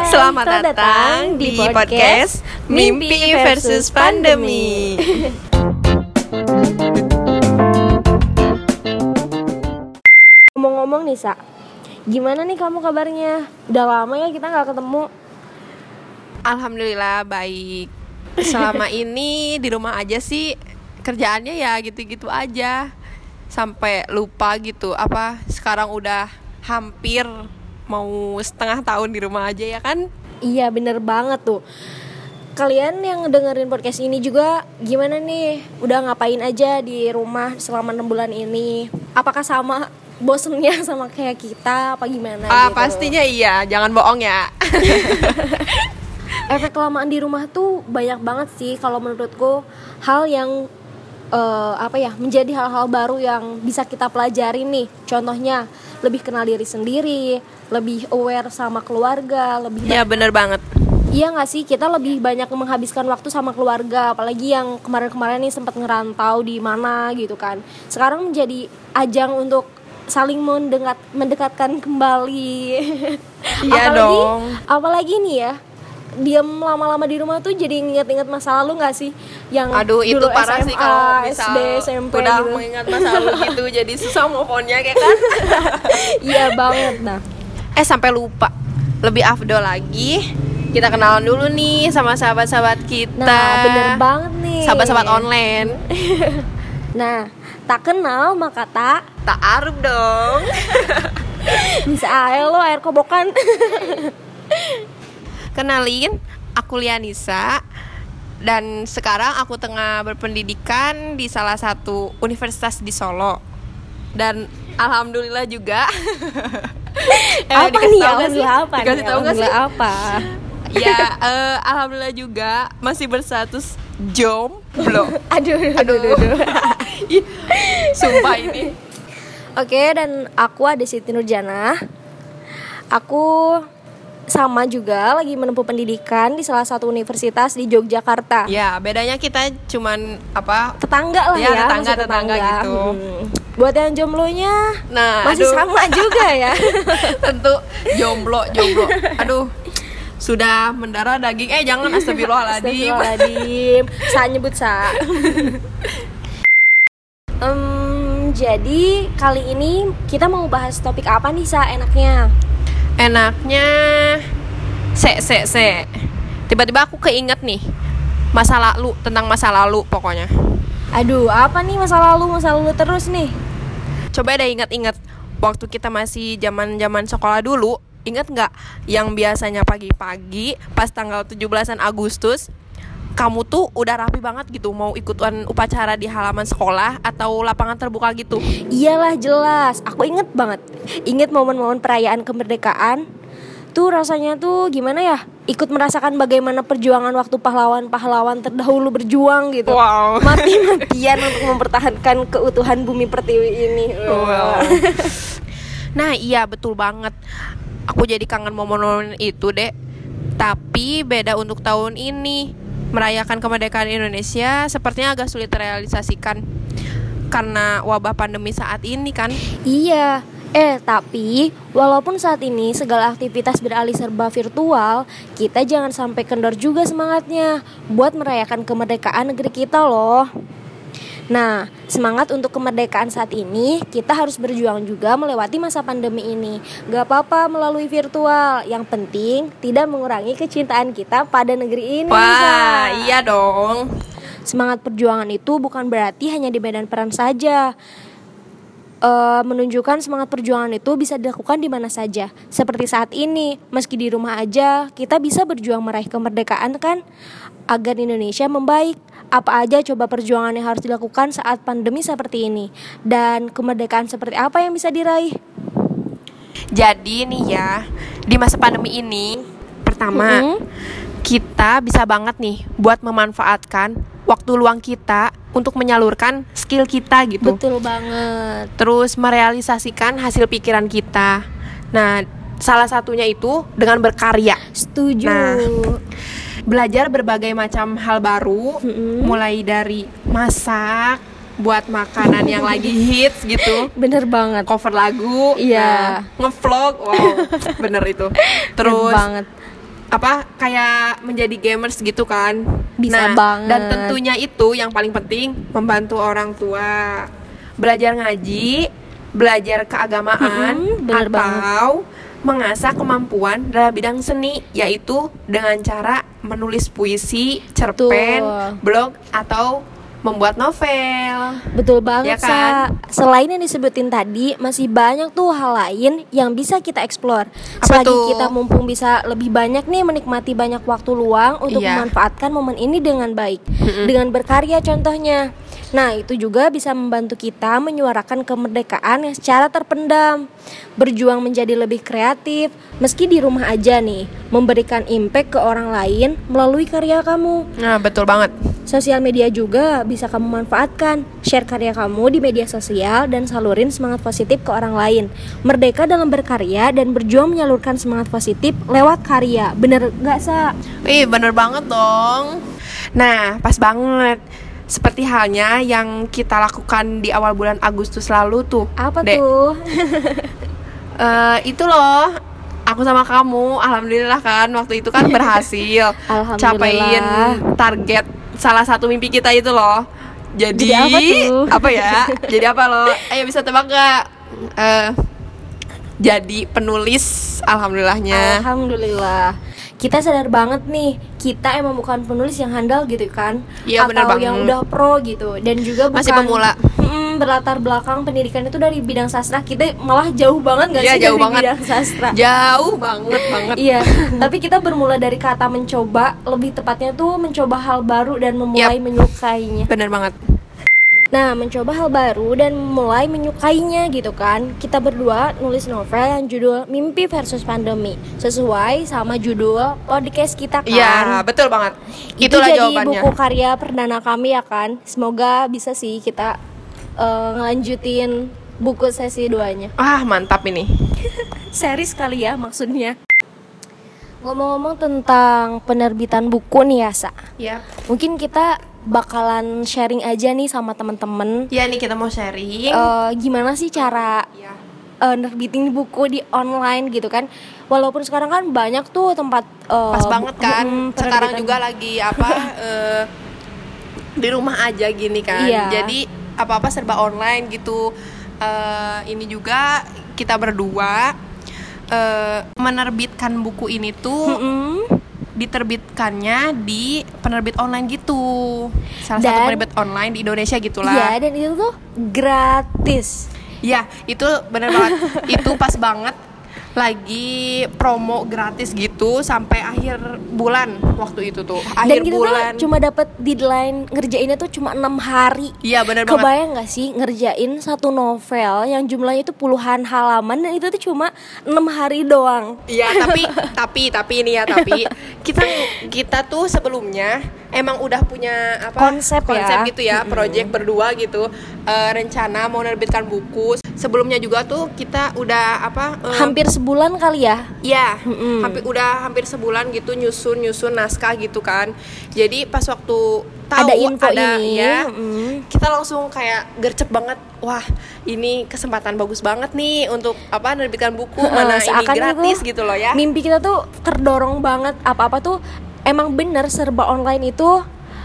Selamat datang di podcast Mimpi versus Pandemi. Ngomong-ngomong nih Sa, gimana nih kamu kabarnya? Udah lama ya kita gak ketemu. Alhamdulillah baik. Selama ini di rumah aja sih, kerjaannya ya gitu-gitu aja. Sampai lupa gitu, sekarang udah hampir mau setengah tahun di rumah aja ya kan? Iya bener banget tuh. Kalian yang dengerin podcast ini juga gimana nih? Udah ngapain aja di rumah selama 6 bulan ini? Apakah sama bosennya sama kayak kita apa gimana gitu? Pastinya iya, jangan bohong ya. Efek kelamaan di rumah tuh banyak banget sih kalau menurutku. Hal yang menjadi hal-hal baru yang bisa kita pelajari nih. Contohnya lebih kenal diri sendiri, lebih aware sama keluarga, Ya bener banget. Iya nggak sih, kita lebih banyak menghabiskan waktu sama keluarga, apalagi yang kemarin-kemarin nih sempat ngerantau di mana gitu kan. Sekarang menjadi ajang untuk saling mendekatkan kembali. Iya dong. Apalagi nih ya, diam lama-lama di rumah tuh jadi inget-inget masa lalu nggak sih? Yang aduh itu dulu parah SMA, sih kalau misal SD, SMP udah gitu. mengingat masa lalu gitu jadi susah move on-nya kayak kan. Iya banget. Nah Sampai lupa, lebih afdol lagi kita kenalan dulu nih sama sahabat-sahabat kita. Nah bener banget nih, sahabat-sahabat online. Nah tak kenal maka tak aruf dong. bisa aja lo air kobokan. Kenalin, aku Lianisa. Dan sekarang aku tengah berpendidikan di salah satu universitas di Solo. Dan alhamdulillah juga. Apa nih? Dikasih tahu nggak sih? Apa? Ya, alhamdulillah juga masih berstatus jomblo. Aduh. Ih, sumpah ini. Oke, dan aku ada Siti Nurjana. Aku sama juga lagi menempuh pendidikan di salah satu universitas di Yogyakarta. Ya, bedanya kita cuman tetangga lah ya, tetangga gitu. Buat yang jomblonya, nah, masih sama juga ya. Tentu jomblo. Aduh, sudah mendarah daging. Jangan, astagfirullahaladzim. Sa nyebut Sa. Jadi kali ini kita mau bahas topik apa nih Sa enaknya? Se. Tiba-tiba aku keinget nih tentang masa lalu pokoknya. Aduh, apa nih masa lalu terus nih? Coba deh ingat-ingat waktu kita masih zaman sekolah dulu. Ingat nggak yang biasanya pagi-pagi pas tanggal 17-an Agustus kamu tuh udah rapi banget gitu mau ikutan upacara di halaman sekolah atau lapangan terbuka gitu? Iyalah jelas, aku inget banget. Inget momen-momen perayaan kemerdekaan. Tuh rasanya tuh gimana ya? Ikut merasakan bagaimana perjuangan waktu pahlawan-pahlawan terdahulu berjuang gitu. Wow. Mati-matian untuk mempertahankan keutuhan bumi pertiwi ini. Wow. Nah iya betul banget. Aku jadi kangen momen-momen itu deh. Tapi beda untuk tahun ini. Merayakan kemerdekaan Indonesia sepertinya agak sulit terrealisasikan karena wabah pandemi saat ini kan. Iya. Tapi walaupun saat ini segala aktivitas beralih serba virtual, kita jangan sampai kendor juga semangatnya buat merayakan kemerdekaan negeri kita loh. Nah, semangat untuk kemerdekaan saat ini, kita harus berjuang juga melewati masa pandemi ini. Gak apa-apa melalui virtual, yang penting tidak mengurangi kecintaan kita pada negeri ini. Wah, iya dong. Semangat perjuangan itu bukan berarti hanya di medan perang saja. Menunjukkan semangat perjuangan itu bisa dilakukan di mana saja. Seperti saat ini, meski di rumah aja, kita bisa berjuang meraih kemerdekaan kan? Agar Indonesia membaik. Apa aja coba perjuangan yang harus dilakukan saat pandemi seperti ini? Dan kemerdekaan seperti apa yang bisa diraih? Jadi nih ya, di masa pandemi ini, pertama, kita bisa banget nih buat memanfaatkan waktu luang kita untuk menyalurkan skill kita gitu. Betul banget. Terus merealisasikan hasil pikiran kita. Nah, salah satunya itu dengan berkarya. Setuju. Nah, belajar berbagai macam hal baru, mulai dari masak, buat makanan yang lagi hits gitu. Bener banget. Cover lagu, iya. Ngevlog, wow, bener itu. Terus bener banget. kayak menjadi gamers gitu kan. Bisa banget. Dan tentunya itu yang paling penting membantu orang tua belajar ngaji, belajar keagamaan, bener atau mengasah kemampuan dalam bidang seni, yaitu dengan cara menulis puisi, cerpen, blog, atau membuat novel. Betul banget, ya kan? Selain yang disebutin tadi, masih banyak tuh hal lain yang bisa kita explore. Apa Selagi tuh? kita mumpung bisa lebih banyak nih menikmati banyak waktu luang untuk memanfaatkan momen ini dengan baik, dengan berkarya contohnya. Nah, itu juga bisa membantu kita menyuarakan kemerdekaan yang secara terpendam, berjuang menjadi lebih kreatif, meski di rumah aja nih, memberikan impact ke orang lain melalui karya kamu. Nah, betul banget. Sosial media juga bisa kamu manfaatkan. Share karya kamu di media sosial dan salurin semangat positif ke orang lain. Merdeka dalam berkarya dan berjuang menyalurkan semangat positif lewat karya. Bener gak, Sa? Bener banget dong. Nah, pas banget. Seperti halnya yang kita lakukan di awal bulan Agustus lalu tuh. Apa Dek? tuh? Itu loh, aku sama kamu, alhamdulillah kan waktu itu kan berhasil capain target salah satu mimpi kita itu loh. Jadi apa tuh? Apa ya? Jadi apa loh? Ayo bisa tebak gak? Jadi penulis, alhamdulillahnya. Alhamdulillah. Kita sadar banget nih, kita emang bukan penulis yang handal gitu kan, Iya, atau yang udah pro gitu, dan juga bukan masih pemula. Berlatar belakang pendidikan itu dari bidang sastra. Kita malah jauh banget gak sih jauh dari banget. bidang sastra? Jauh banget. Iya, tapi kita bermula dari kata mencoba, lebih tepatnya tuh mencoba hal baru dan memulai menyukainya. Bener banget. Nah, mencoba hal baru dan mulai menyukainya gitu kan. Kita berdua nulis novel yang judul Mimpi versus Pandemi, sesuai sama judul podcast kita kan. Iya, betul banget. Itulah jadi jawabannya. Buku karya perdana kami ya kan. Semoga bisa sih kita ngelanjutin buku sesi 2-nya. Mantap ini. Series kali ya maksudnya. Ngomong-ngomong tentang penerbitan buku nih ya, Sa. Iya. Mungkin kita bakalan sharing aja nih sama teman-teman. Iya nih, kita mau sharing. Gimana sih cara nerbitin buku di online gitu kan? Walaupun sekarang kan banyak tuh tempat pas banget kan. Sekarang penerbitan. juga lagi di rumah aja gini kan. Iya. Jadi apa-apa serba online gitu. Ini juga kita berdua menerbitkan buku ini tuh diterbitkannya di penerbit online gitu. Salah satu penerbit online di Indonesia gitulah. Iya, dan itu tuh gratis. Ya, itu bener banget. Itu pas banget lagi promo gratis gitu sampai akhir bulan waktu itu tuh. Akhir dan kita bulan. Tuh cuma dapat deadline ngerjainnya tuh cuma 6 hari. Iya, bener banget. Kebayang gak sih ngerjain satu novel yang jumlahnya itu puluhan halaman dan itu tuh cuma 6 hari doang. Iya, tapi ini ya, tapi kita tuh sebelumnya emang udah punya konsep ya. gitu ya, project berdua gitu, rencana mau nerbitkan buku. Sebelumnya juga tuh kita udah hampir sebulan kali ya. Iya, hampir sebulan gitu nyusun naskah gitu kan. Jadi pas waktu tahu ada info ini ya, kita langsung kayak gercep banget. Wah, ini kesempatan bagus banget nih untuk nerbitkan buku, mana ini gratis gitu loh ya. Mimpi kita tuh terdorong banget, apa-apa tuh emang bener serba online itu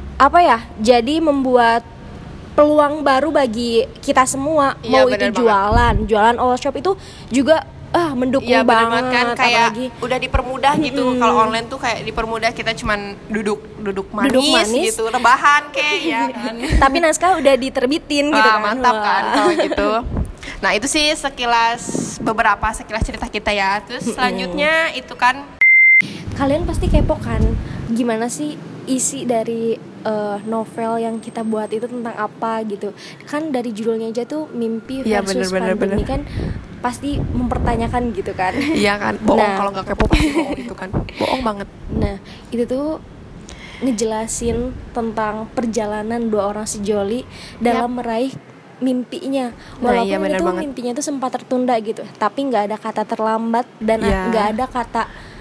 jadi membuat peluang baru bagi kita semua. Ya, mau itu jualan all shop itu juga mendukung ya, banget kan, kayak apalagi udah dipermudah gitu. Kalau online tuh kayak dipermudah, kita cuman duduk manis gitu, rebahan kayak ya kan. Tapi naskah udah diterbitin gitu kan. Mantap kan kalau gitu. Nah, itu sih sekilas cerita kita ya. Terus selanjutnya itu kan, kalian pasti kepo kan gimana sih isi dari novel yang kita buat itu tentang apa gitu. Kan dari judulnya aja tuh Mimpi versus Pandemi kan pasti mempertanyakan gitu kan. Iya kan, bohong kalau nggak kepo pasti bohong itu kan. Bohong banget. Nah, itu tuh ngejelasin tentang perjalanan dua orang sejoli dalam meraih mimpinya. Walaupun itu mimpinya tuh sempat tertunda gitu, tapi nggak ada kata terlambat dan nggak ada kata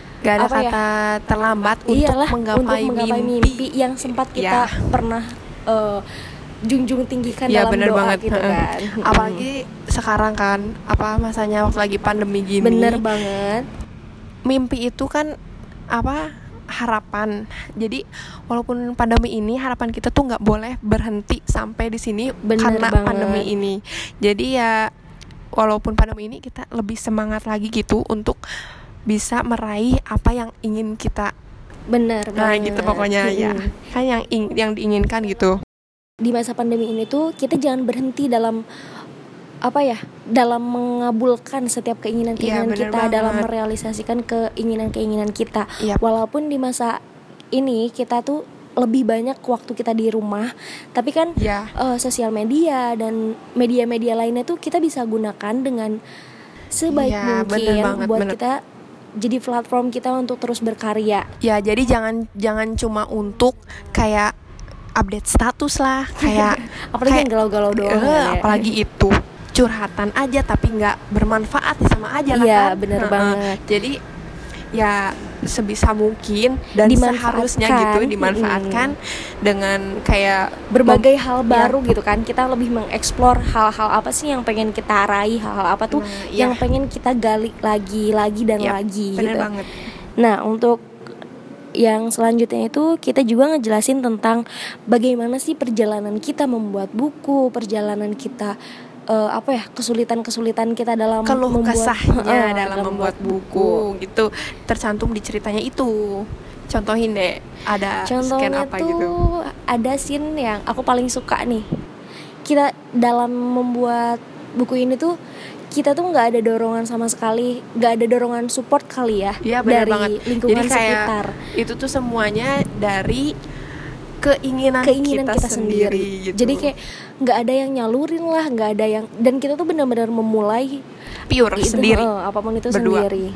terlambat untuk menggapai mimpi yang sempat kita pernah junjung tinggikan dalam bener doa banget. gitu kan. Apalagi sekarang kan masanya waktu lagi pandemi gini. Bener banget. Mimpi itu kan harapan. Jadi walaupun pandemi ini, harapan kita tuh nggak boleh berhenti sampai di sini. Bener karena banget. pandemi ini. Jadi ya walaupun pandemi ini kita lebih semangat lagi gitu untuk bisa meraih apa yang ingin kita. Bener Nah banget. gitu pokoknya ya. Kan yang diinginkan gitu. Di masa pandemi ini tuh kita jangan berhenti dalam dalam mengabulkan setiap keinginan-keinginan Iya, bener kita, dalam banget. merealisasikan keinginan-keinginan kita. Iya. Walaupun di masa ini kita tuh lebih banyak waktu kita di rumah, tapi kan Iya. sosial media dan media-media lainnya tuh kita bisa gunakan dengan sebaik Iya, mungkin bener banget, buat bener. kita jadi platform kita untuk terus berkarya. Ya jadi jangan cuma untuk kayak update status lah, kayak Apalagi yang galau-galau doang ya. apalagi itu curhatan aja tapi nggak bermanfaat, sama aja lah Iya, kan. bener Heeh. banget. Jadi ya sebisa mungkin dan seharusnya gitu dimanfaatkan dengan kayak berbagai hal ya. baru gitu kan. Kita lebih mengeksplor hal-hal apa sih yang pengen kita raih, hal-hal apa tuh Nah, yang iya. pengen kita gali lagi dan Yap, lagi bener gitu. banget. Nah, untuk yang selanjutnya itu kita juga ngejelasin tentang bagaimana sih perjalanan kita membuat buku, perjalanan kita kesulitan-kesulitan kita dalam Keluh kesahnya dalam membuat buku. buku gitu tercantum di ceritanya itu. Contohin deh, ada scan Contohnya apa tuh gitu. ada scene yang aku paling suka nih. Kita dalam membuat buku ini tuh kita tuh nggak ada dorongan sama sekali, nggak ada dorongan support kali ya Iya benar dari banget. lingkungan Jadi kayak sekitar. itu tuh semuanya dari keinginan kita sendiri gitu. Jadi kayak nggak ada yang nyalurin lah, nggak ada yang, dan kita tuh benar-benar memulai pure itu, sendiri apapun itu berdua. sendiri.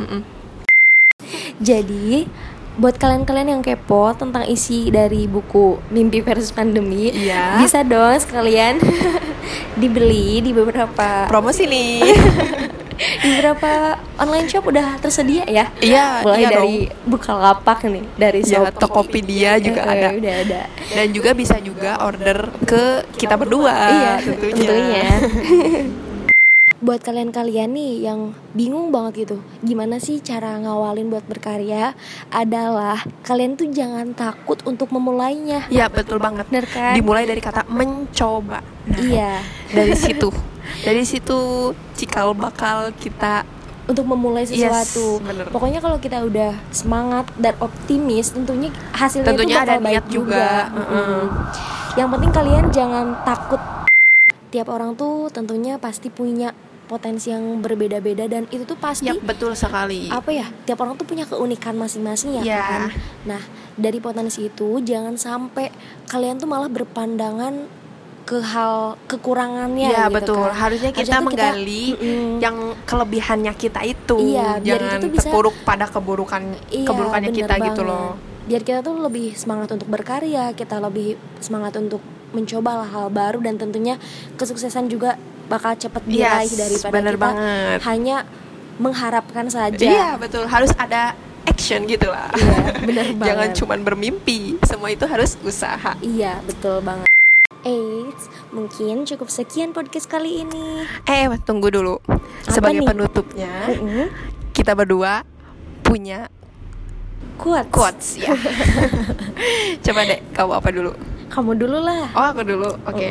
Jadi buat kalian-kalian yang kepo tentang isi dari buku Mimpi versus Pandemi, Iya. bisa dong sekalian dibeli di beberapa Promosi nih. di beberapa online shop udah tersedia ya. Iya, Mulai iya dari Bukalapak nih, dari Ya, Shopee, Tokopedia juga ada. Udah ada. Dan juga bisa juga order ke kita berdua. Iya, tentunya. tentunya. Buat kalian-kalian nih yang bingung banget gitu, gimana sih cara ngawalin buat berkarya, adalah kalian tuh jangan takut untuk memulainya. Ya betul banget. Bener kan? Dimulai dari kata mencoba. Nah, Iya, dari situ cikal bakal kita. untuk memulai sesuatu. Yes, bener. Pokoknya kalau kita udah semangat dan optimis, tentunya hasilnya Tentunya tuh bakal ada baik niat juga. Yang penting kalian jangan takut. Tiap orang tuh tentunya pasti punya potensi yang berbeda-beda, dan itu tuh pasti Ya betul sekali. tiap orang tuh punya keunikan masing-masing ya Ya. kan. Nah, dari potensi itu jangan sampai kalian tuh malah berpandangan ke hal kekurangannya Ya gitu betul. kan. Harusnya kita tuh menggali yang kelebihannya kita itu. Iya, biar Jangan itu tuh bisa- terpuruk pada keburukannya bener kita gitu banget. loh. Biar kita tuh lebih semangat untuk berkarya, kita lebih semangat untuk mencoba hal baru, dan tentunya kesuksesan juga bakal cepat diraih Yes, daripada bener kita banget. hanya mengharapkan saja. Iya betul, harus ada action gitu lah. Iya, bener banget. Jangan cuman bermimpi, semua itu harus usaha. Iya, betul banget. Mungkin cukup sekian podcast kali ini. Tunggu dulu. Apa Sebagai nih? penutupnya, Mm-mm. kita berdua punya quotes ya. Coba deh, kamu apa dulu? Kamu dulu lah. Oh aku dulu, oke.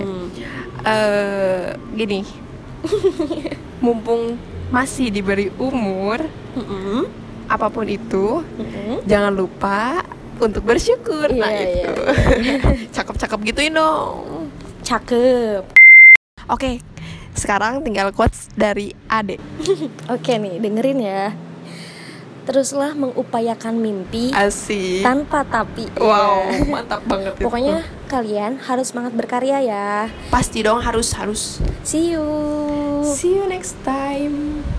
Gini, mumpung masih diberi umur, apapun itu, jangan lupa untuk bersyukur. Nah Iya, itu, cakep-cakep gituin dong. Cakep. Oke, sekarang tinggal quotes dari Ade. Oke nih, dengerin ya. Teruslah mengupayakan mimpi Asik. tanpa tapi. Wow, Ya. mantap banget itu. Pokoknya kalian harus semangat berkarya ya. pasti dong, harus. See you. See you next time.